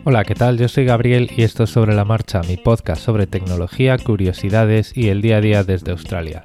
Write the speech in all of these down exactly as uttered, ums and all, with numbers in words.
Hola, ¿qué tal? Yo soy Gabriel y esto es Sobre la Marcha, mi podcast sobre tecnología, curiosidades y el día a día desde Australia.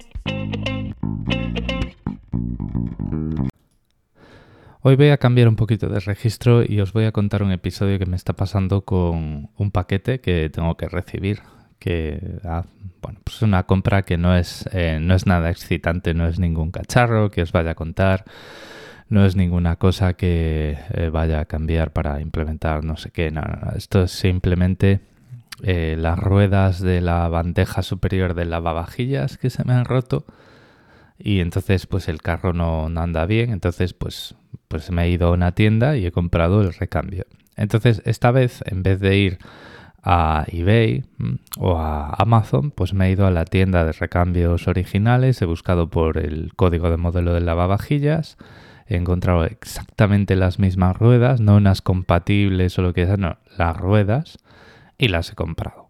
Hoy voy a cambiar un poquito de registro y os voy a contar un episodio que me está pasando con un paquete que tengo que recibir, que ah, bueno, pues es una compra que no es, eh, no es nada excitante, no es ningún cacharro que os vaya a contar. No es ninguna cosa que eh, vaya a cambiar para implementar no sé qué. No, no, no. Esto es simplemente eh, las ruedas de la bandeja superior del lavavajillas que se me han roto y entonces pues el carro no, no anda bien. Entonces pues, pues me he ido a una tienda y he comprado el recambio. Entonces esta vez, en vez de ir a eBay o a Amazon, pues me he ido a la tienda de recambios originales, he buscado por el código de modelo del lavavajillas. He encontrado exactamente las mismas ruedas, no unas compatibles o lo que sea, no, las ruedas, y las he comprado.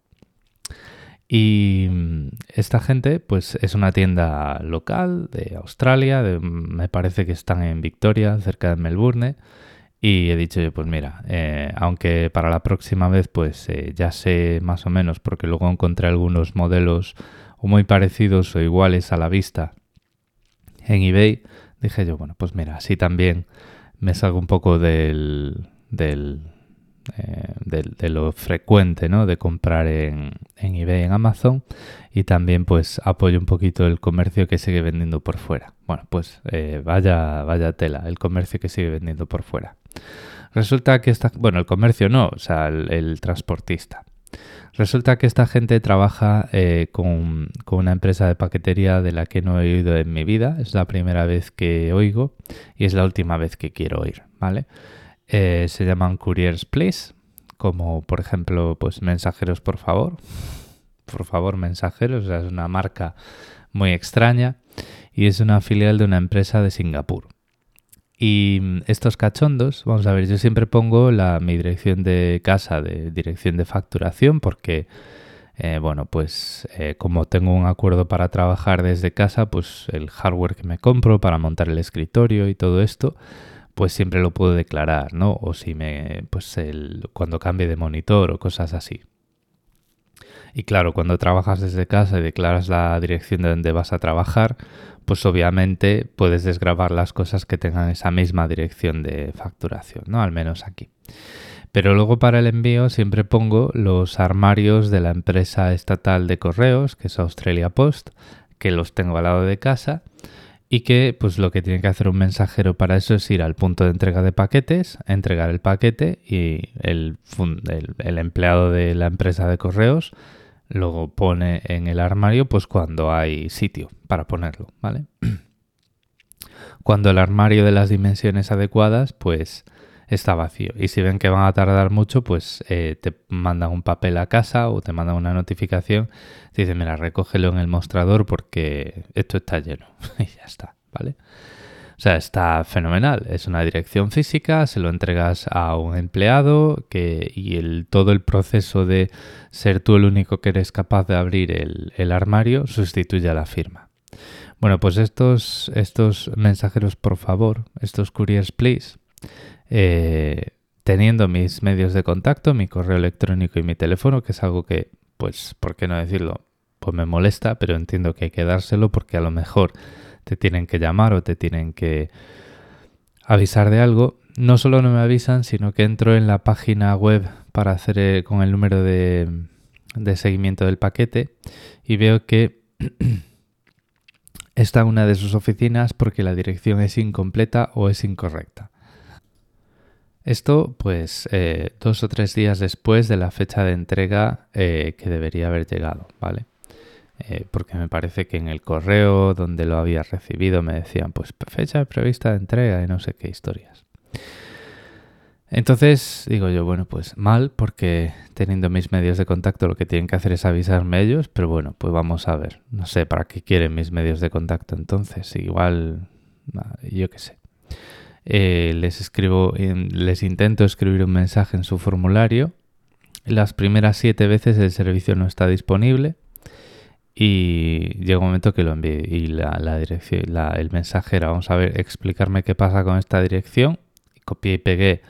Y esta gente, pues es una tienda local de Australia, de, me parece que están en Victoria, cerca de Melbourne, y he dicho yo, pues mira, eh, aunque para la próxima vez pues eh, ya sé más o menos, porque luego encontré algunos modelos o muy parecidos o iguales a la vista en eBay, dije yo, bueno, pues mira, así también me salgo un poco del, del, eh, del, de lo frecuente, ¿no? De comprar en, en eBay, en Amazon, y también pues apoyo un poquito el comercio que sigue vendiendo por fuera. Bueno, pues eh, vaya, vaya tela, el comercio que sigue vendiendo por fuera. Resulta que esta, bueno, el comercio no, o sea, el, el transportista. Resulta que esta gente trabaja eh, con, con una empresa de paquetería de la que no he oído en mi vida. Es la primera vez que oigo y es la última vez que quiero oír, ¿vale? Eh, se llaman Couriers Please, como por ejemplo, pues Mensajeros por favor. Por favor, Mensajeros, o sea, es una marca muy extraña y es una filial de una empresa de Singapur. Y estos cachondos, vamos a ver, yo siempre pongo la, mi dirección de casa de dirección de facturación porque, eh, bueno, pues eh, como tengo un acuerdo para trabajar desde casa, pues el hardware que me compro para montar el escritorio y todo esto, pues siempre lo puedo declarar, ¿no? O si me, pues el, cuando cambie de monitor o cosas así. Y claro, cuando trabajas desde casa y declaras la dirección de donde vas a trabajar, pues obviamente puedes desgravar las cosas que tengan esa misma dirección de facturación, ¿no? Al menos aquí. Pero luego para el envío siempre pongo los armarios de la empresa estatal de correos, que es Australia Post, que los tengo al lado de casa y que pues lo que tiene que hacer un mensajero para eso es ir al punto de entrega de paquetes, entregar el paquete y el, el, el empleado de la empresa de correos luego pone en el armario pues cuando hay sitio para ponerlo, ¿vale? Cuando el armario de las dimensiones adecuadas pues está vacío y si ven que van a tardar mucho pues eh, te mandan un papel a casa o te mandan una notificación, te dicen mira, recógelo en el mostrador porque esto está lleno y ya está, ¿vale? O sea, está fenomenal. Es una dirección física, se lo entregas a un empleado que, y el, todo el proceso de ser tú el único que eres capaz de abrir el, el armario sustituye a la firma. Bueno, pues estos, estos mensajeros, por favor, estos Couriers Please, eh, teniendo mis medios de contacto, mi correo electrónico y mi teléfono, que es algo que, pues, ¿por qué no decirlo? Pues me molesta, pero entiendo que hay que dárselo porque a lo mejor te tienen que llamar o te tienen que avisar de algo. No solo no me avisan, sino que entro en la página web para hacer eh, con el número de, de seguimiento del paquete y veo que está en una de sus oficinas porque la dirección es incompleta o es incorrecta. Esto, pues, eh, dos o tres días después de la fecha de entrega eh, que debería haber llegado, ¿vale? Eh, porque me parece que en el correo donde lo había recibido me decían pues fecha prevista de entrega y no sé qué historias. Entonces digo yo, bueno, pues mal porque teniendo mis medios de contacto lo que tienen que hacer es avisarme ellos, pero bueno, pues vamos a ver. No sé para qué quieren mis medios de contacto entonces, igual, yo qué sé. Eh, les escribo, les intento escribir un mensaje en su formulario. Las primeras siete veces el servicio no está disponible. Y llega un momento que lo envié y la, la dirección, la, el mensaje era, vamos a ver, explicarme qué pasa con esta dirección. Copié y pegué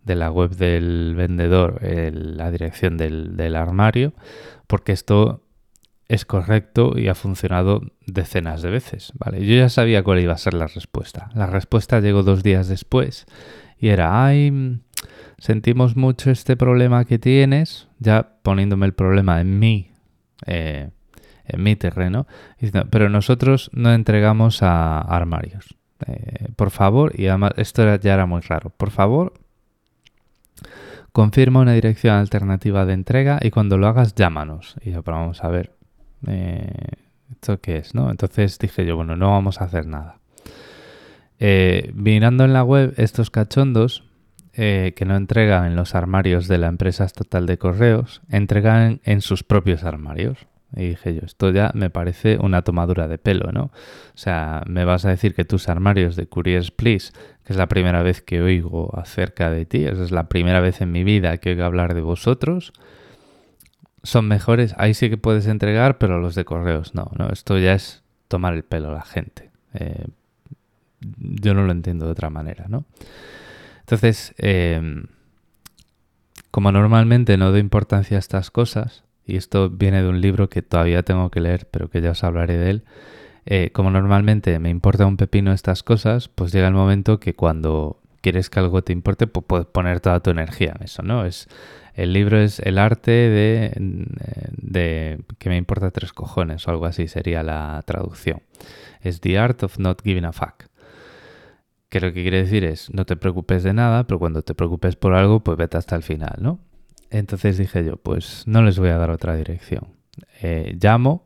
de la web del vendedor el, la dirección del, del armario, porque esto es correcto y ha funcionado decenas de veces, ¿vale? Yo ya sabía cuál iba a ser la respuesta. La respuesta llegó dos días después y era, ay, sentimos mucho este problema que tienes, ya poniéndome el problema en mí, eh, en mi terreno, diciendo, pero nosotros no entregamos a armarios. Eh, por favor, y además esto era, ya era muy raro, por favor, confirma una dirección alternativa de entrega y cuando lo hagas, llámanos. Y yo, pero vamos a ver, eh, ¿esto qué es? ¿No? Entonces dije yo, bueno, no vamos a hacer nada. Eh, mirando en la web, estos cachondos eh, que no entregan en los armarios de la empresa estatal de correos, entregan en sus propios armarios. Y dije yo, esto ya me parece una tomadura de pelo, ¿no? O sea, me vas a decir que tus armarios de Couriers Please, que es la primera vez que oigo acerca de ti, esa es la primera vez en mi vida que oigo hablar de vosotros, son mejores. Ahí sí que puedes entregar, pero los de correos no, ¿no? Esto ya es tomar el pelo a la gente. Eh, yo no lo entiendo de otra manera, ¿no? Entonces, eh, como normalmente no doy importancia a estas cosas, y esto viene de un libro que todavía tengo que leer, pero que ya os hablaré de él, eh, como normalmente me importa un pepino estas cosas, pues llega el momento que cuando quieres que algo te importe, pues puedes poner toda tu energía en eso, ¿no? Es, el libro es El arte de, de que me importa tres cojones, o algo así sería la traducción. Es The Art of Not Giving a Fuck. Que lo que quiere decir es, no te preocupes de nada, pero cuando te preocupes por algo, pues vete hasta el final, ¿no? Entonces dije yo, pues no les voy a dar otra dirección. Eh, llamo.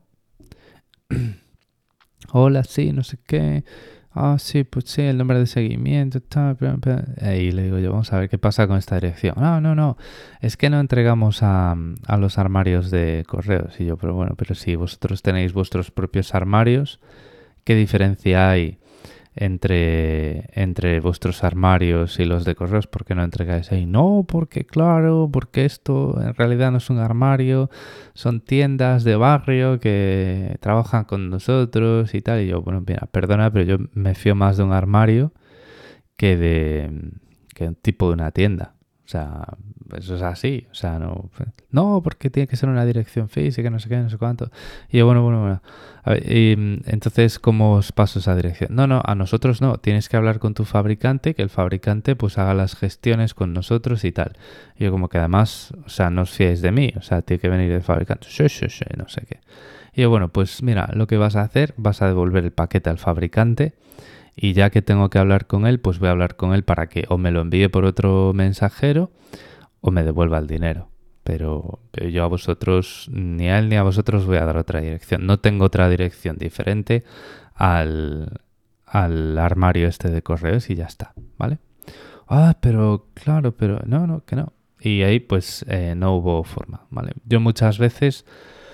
Hola, sí, no sé qué. Ah, sí, pues sí, el nombre de seguimiento. Tal, bla, bla. Y le digo yo, vamos a ver qué pasa con esta dirección. No, no, no. Es que no entregamos a, a los armarios de correos. Y yo, pero bueno, pero si vosotros tenéis vuestros propios armarios, ¿qué diferencia hay entre, entre vuestros armarios y los de correos? ¿Por qué no entregáis ahí? No, porque claro, porque esto en realidad no es un armario, son tiendas de barrio que trabajan con nosotros y tal. Y yo, bueno, mira, perdona, pero yo me fío más de un armario que de que un tipo de una tienda. O sea, eso es así. O sea, no, no, porque tiene que ser una dirección física, no sé qué, no sé cuánto. Y yo, bueno, bueno, bueno. A ver, y entonces, ¿cómo os paso esa dirección? No, no, a nosotros no. Tienes que hablar con tu fabricante, que el fabricante pues haga las gestiones con nosotros y tal. Y yo como que además, o sea, no os fiéis de mí. O sea, tiene que venir el fabricante. Sí, sí, sí, no sé qué. Y yo, bueno, pues mira, lo que vas a hacer, vas a devolver el paquete al fabricante. Y ya que tengo que hablar con él, pues voy a hablar con él para que o me lo envíe por otro mensajero o me devuelva el dinero. Pero, pero yo a vosotros, ni a él ni a vosotros voy a dar otra dirección. No tengo otra dirección diferente al, al armario este de correos y ya está, ¿vale? Ah, pero claro, pero no, no, que no. Y ahí pues eh, no hubo forma, ¿vale? Yo muchas veces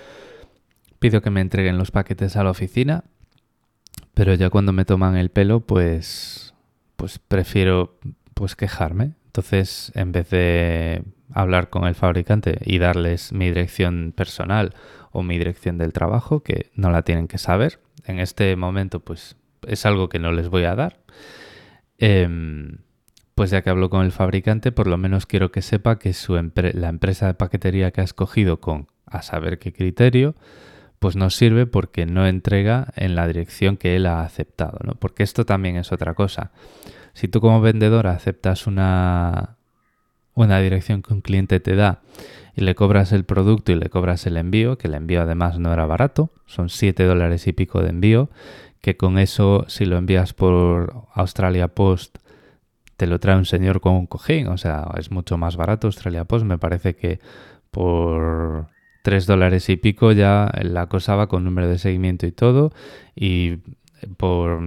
pido que me entreguen los paquetes a la oficina, pero ya cuando me toman el pelo, pues, pues prefiero pues quejarme. Entonces, en vez de hablar con el fabricante y darles mi dirección personal o mi dirección del trabajo, que no la tienen que saber, en este momento pues es algo que no les voy a dar, eh, pues ya que hablo con el fabricante, por lo menos quiero que sepa que su empre- la empresa de paquetería que ha escogido con a saber qué criterio, pues no sirve porque no entrega en la dirección que él ha aceptado, ¿no? Porque esto también es otra cosa. Si tú como vendedor aceptas una, una dirección que un cliente te da y le cobras el producto y le cobras el envío, que el envío además no era barato, son siete dólares y pico de envío, que con eso si lo envías por Australia Post te lo trae un señor con un cojín, o sea, es mucho más barato Australia Post, me parece que por tres dólares y pico ya la cosa va con número de seguimiento y todo, y por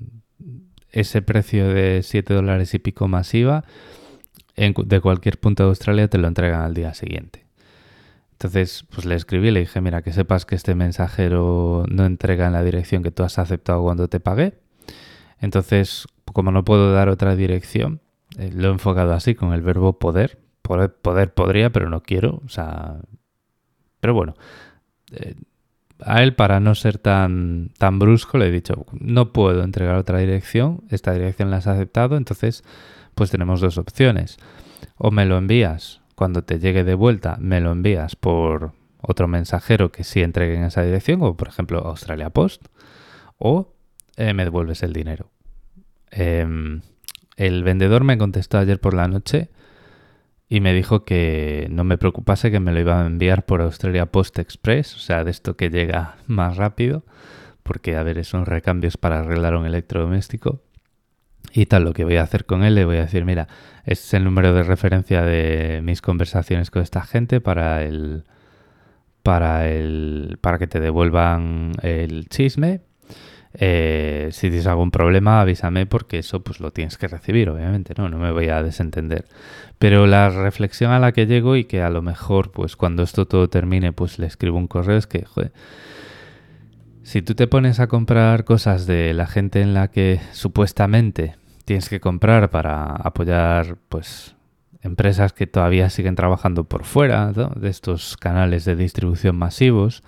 ese precio de siete dólares y pico masiva, en, de cualquier punto de Australia te lo entregan al día siguiente. Entonces, pues le escribí y le dije, mira, que sepas que este mensajero no entrega en la dirección que tú has aceptado cuando te pagué. Entonces, como no puedo dar otra dirección, eh, lo he enfocado así, con el verbo poder. Poder, poder podría, pero no quiero. O sea, pero bueno, eh, a él, para no ser tan, tan brusco, le he dicho, no puedo entregar otra dirección, esta dirección la has aceptado, entonces pues tenemos dos opciones. O me lo envías, cuando te llegue de vuelta, me lo envías por otro mensajero que sí entregue en esa dirección, o por ejemplo Australia Post, o eh, me devuelves el dinero. Eh, el vendedor me contestó ayer por la noche y me dijo que no me preocupase, que me lo iba a enviar por Australia Post Express, o sea, de esto que llega más rápido, porque, a ver, son recambios para arreglar un electrodoméstico. Y tal, lo que voy a hacer con él, le voy a decir, mira, este es el número de referencia de mis conversaciones con esta gente para el para el para que te devuelvan el chisme. Eh, si tienes algún problema, avísame, porque eso pues lo tienes que recibir, obviamente, ¿no? No me voy a desentender. Pero la reflexión a la que llego, y que a lo mejor pues cuando esto todo termine pues le escribo un correo, es que, joder, si tú te pones a comprar cosas de la gente en la que supuestamente tienes que comprar para apoyar pues empresas que todavía siguen trabajando por fuera, ¿no?, de estos canales de distribución masivos,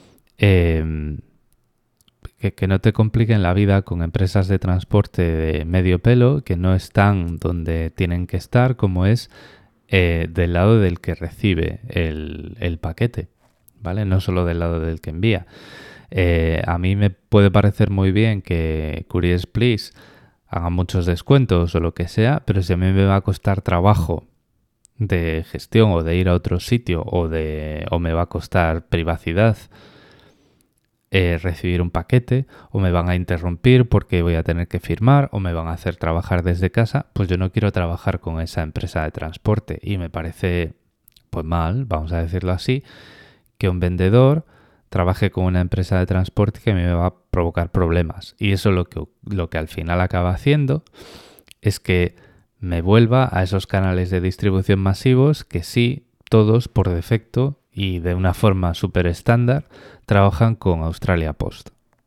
eh, que, que no te compliquen la vida con empresas de transporte de medio pelo que no están donde tienen que estar, como es eh, del lado del que recibe el, el paquete, ¿vale? No solo del lado del que envía. Eh, a mí me puede parecer muy bien que Couriers Please haga muchos descuentos o lo que sea, pero si a mí me va a costar trabajo de gestión, o de ir a otro sitio, o de o me va a costar privacidad eh, recibir un paquete, o me van a interrumpir porque voy a tener que firmar, o me van a hacer trabajar desde casa, pues yo no quiero trabajar con esa empresa de transporte. Y me parece pues mal, vamos a decirlo así, que un vendedor trabaje con una empresa de transporte que me va a provocar problemas. Y eso lo que, lo que al final acaba haciendo es que me vuelva a esos canales de distribución masivos que sí, todos por defecto y de una forma súper estándar, trabajan con Australia Post.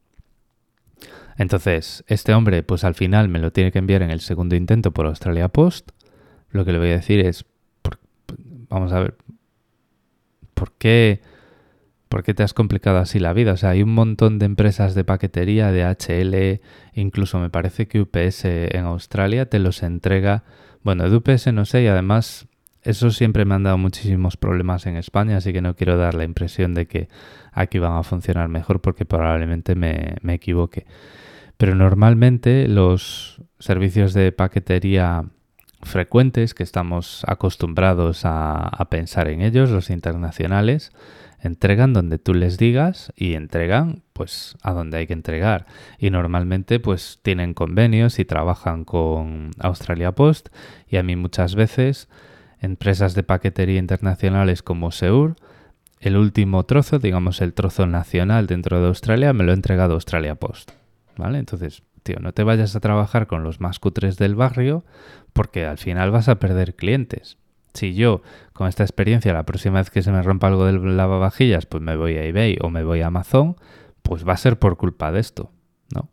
Entonces, este hombre pues al final me lo tiene que enviar en el segundo intento por Australia Post. Lo que le voy a decir es, por, vamos a ver, ¿por qué... ¿Por qué te has complicado así la vida? O sea, hay un montón de empresas de paquetería, de H L, incluso me parece que U P S en Australia te los entrega. Bueno, de U P S no sé, y además eso siempre me han dado muchísimos problemas en España, así que no quiero dar la impresión de que aquí van a funcionar mejor, porque probablemente me, me equivoque. Pero normalmente los servicios de paquetería frecuentes, que estamos acostumbrados a, a pensar en ellos, los internacionales, entregan donde tú les digas y entregan pues a donde hay que entregar. Y normalmente pues tienen convenios y trabajan con Australia Post, y a mí muchas veces empresas de paquetería internacionales como Seur, el último trozo, digamos el trozo nacional dentro de Australia, me lo ha entregado Australia Post, ¿vale? Entonces, tío, no te vayas a trabajar con los más cutres del barrio, porque al final vas a perder clientes. Si yo, con esta experiencia, la próxima vez que se me rompa algo del lavavajillas, pues me voy a eBay o me voy a Amazon, pues va a ser por culpa de esto, ¿no?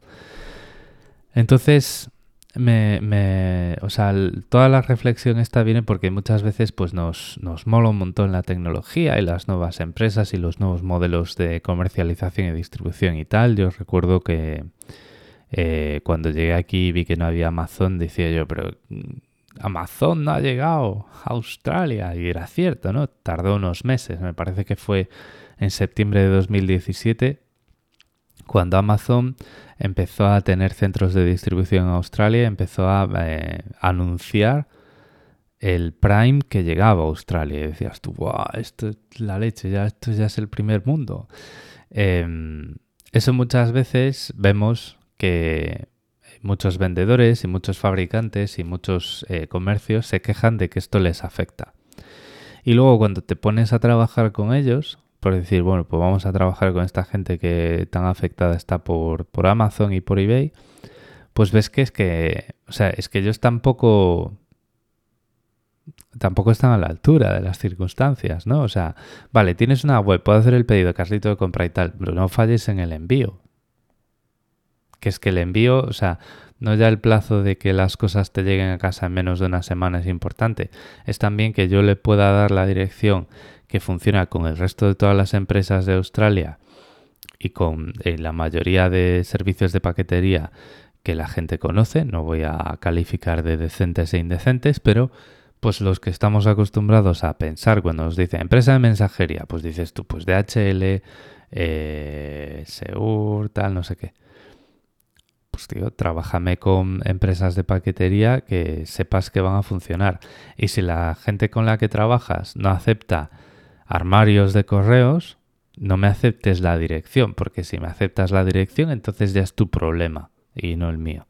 Entonces, me, me, o sea, toda la reflexión esta viene porque muchas veces pues nos, nos mola un montón la tecnología y las nuevas empresas y los nuevos modelos de comercialización y distribución y tal. Yo recuerdo que eh, cuando llegué aquí y vi que no había Amazon, decía yo, pero... Amazon no ha llegado a Australia, y era cierto, ¿no? Tardó unos meses, me parece que fue en septiembre de dos mil diecisiete cuando Amazon empezó a tener centros de distribución en Australia, empezó a eh, anunciar el Prime que llegaba a Australia. Y decías tú, ¡guau! Esto es la leche, ya, esto ya es el primer mundo. Eh, eso muchas veces vemos que muchos vendedores y muchos fabricantes y muchos eh, comercios se quejan de que esto les afecta. Y luego cuando te pones a trabajar con ellos, por decir, bueno, pues vamos a trabajar con esta gente que tan afectada está por, por Amazon y por eBay, pues ves que es que, o sea, es que ellos tampoco, tampoco están a la altura de las circunstancias, ¿no? O sea, vale, tienes una web, puedo hacer el pedido, carrito de compra y tal, pero no falles en el envío. Que es que el envío, o sea, no ya el plazo de que las cosas te lleguen a casa en menos de una semana es importante, es también que yo le pueda dar la dirección que funciona con el resto de todas las empresas de Australia y con eh, la mayoría de servicios de paquetería que la gente conoce, no voy a calificar de decentes e indecentes, pero pues los que estamos acostumbrados a pensar cuando nos dice empresa de mensajería, pues dices tú, pues D H L, eh, Seur, tal, no sé qué. Pues tío, trabájame con empresas de paquetería que sepas que van a funcionar. Y si la gente con la que trabajas no acepta armarios de correos, no me aceptes la dirección, porque si me aceptas la dirección, entonces ya es tu problema y no el mío.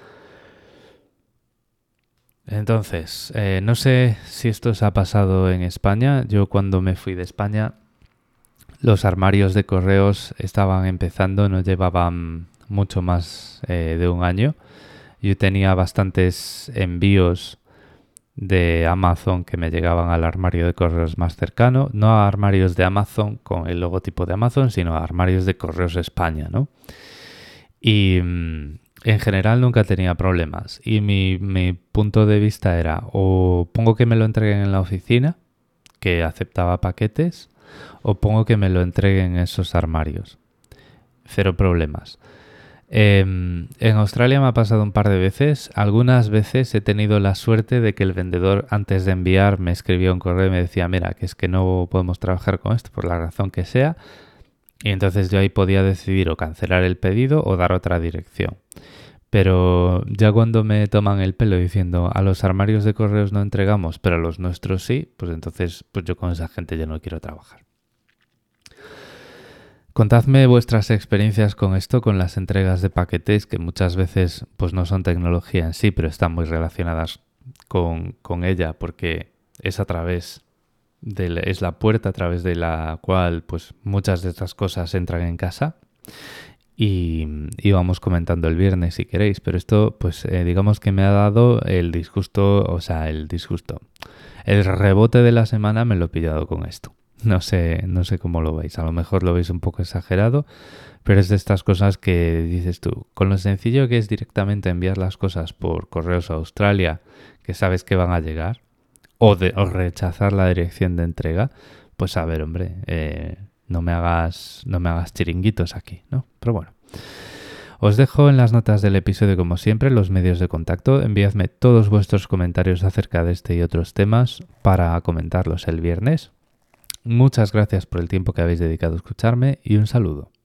Entonces, eh, no sé si esto os ha pasado en España. Yo cuando me fui de España, los armarios de correos estaban empezando, no llevaban mucho más eh, de un año. Yo tenía bastantes envíos de Amazon que me llegaban al armario de correos más cercano, no a armarios de Amazon con el logotipo de Amazon, sino a armarios de Correos España, ¿no? Y mmm, en general nunca tenía problemas. Y mi, mi punto de vista era o pongo que me lo entreguen en la oficina, que aceptaba paquetes, o pongo que me lo entreguen en esos armarios. Cero problemas. Eh, en Australia me ha pasado un par de veces. Algunas veces he tenido la suerte de que el vendedor antes de enviar me escribía un correo y me decía, mira, que es que no podemos trabajar con esto por la razón que sea. Y entonces yo ahí podía decidir o cancelar el pedido o dar otra dirección. Pero ya cuando me toman el pelo diciendo a los armarios de correos no entregamos, pero a los nuestros sí, pues entonces pues yo con esa gente ya no quiero trabajar. Contadme vuestras experiencias con esto, con las entregas de paquetes, que muchas veces pues no son tecnología en sí, pero están muy relacionadas con, con ella, porque es a través de la, es la puerta a través de la cual pues muchas de estas cosas entran en casa. Y, y vamos comentando el viernes si queréis, pero esto pues eh, digamos que me ha dado el disgusto, o sea, el disgusto. El rebote de la semana me lo he pillado con esto. No sé, no sé cómo lo veis, a lo mejor lo veis un poco exagerado, pero es de estas cosas que dices tú, con lo sencillo que es directamente enviar las cosas por correos a Australia, que sabes que van a llegar, o, de, o rechazar la dirección de entrega, pues a ver, hombre, eh, no me hagas, no me hagas chiringuitos aquí, ¿no? Pero bueno. Os dejo en las notas del episodio, como siempre, los medios de contacto. Enviadme todos vuestros comentarios acerca de este y otros temas para comentarlos el viernes. Muchas gracias por el tiempo que habéis dedicado a escucharme y un saludo.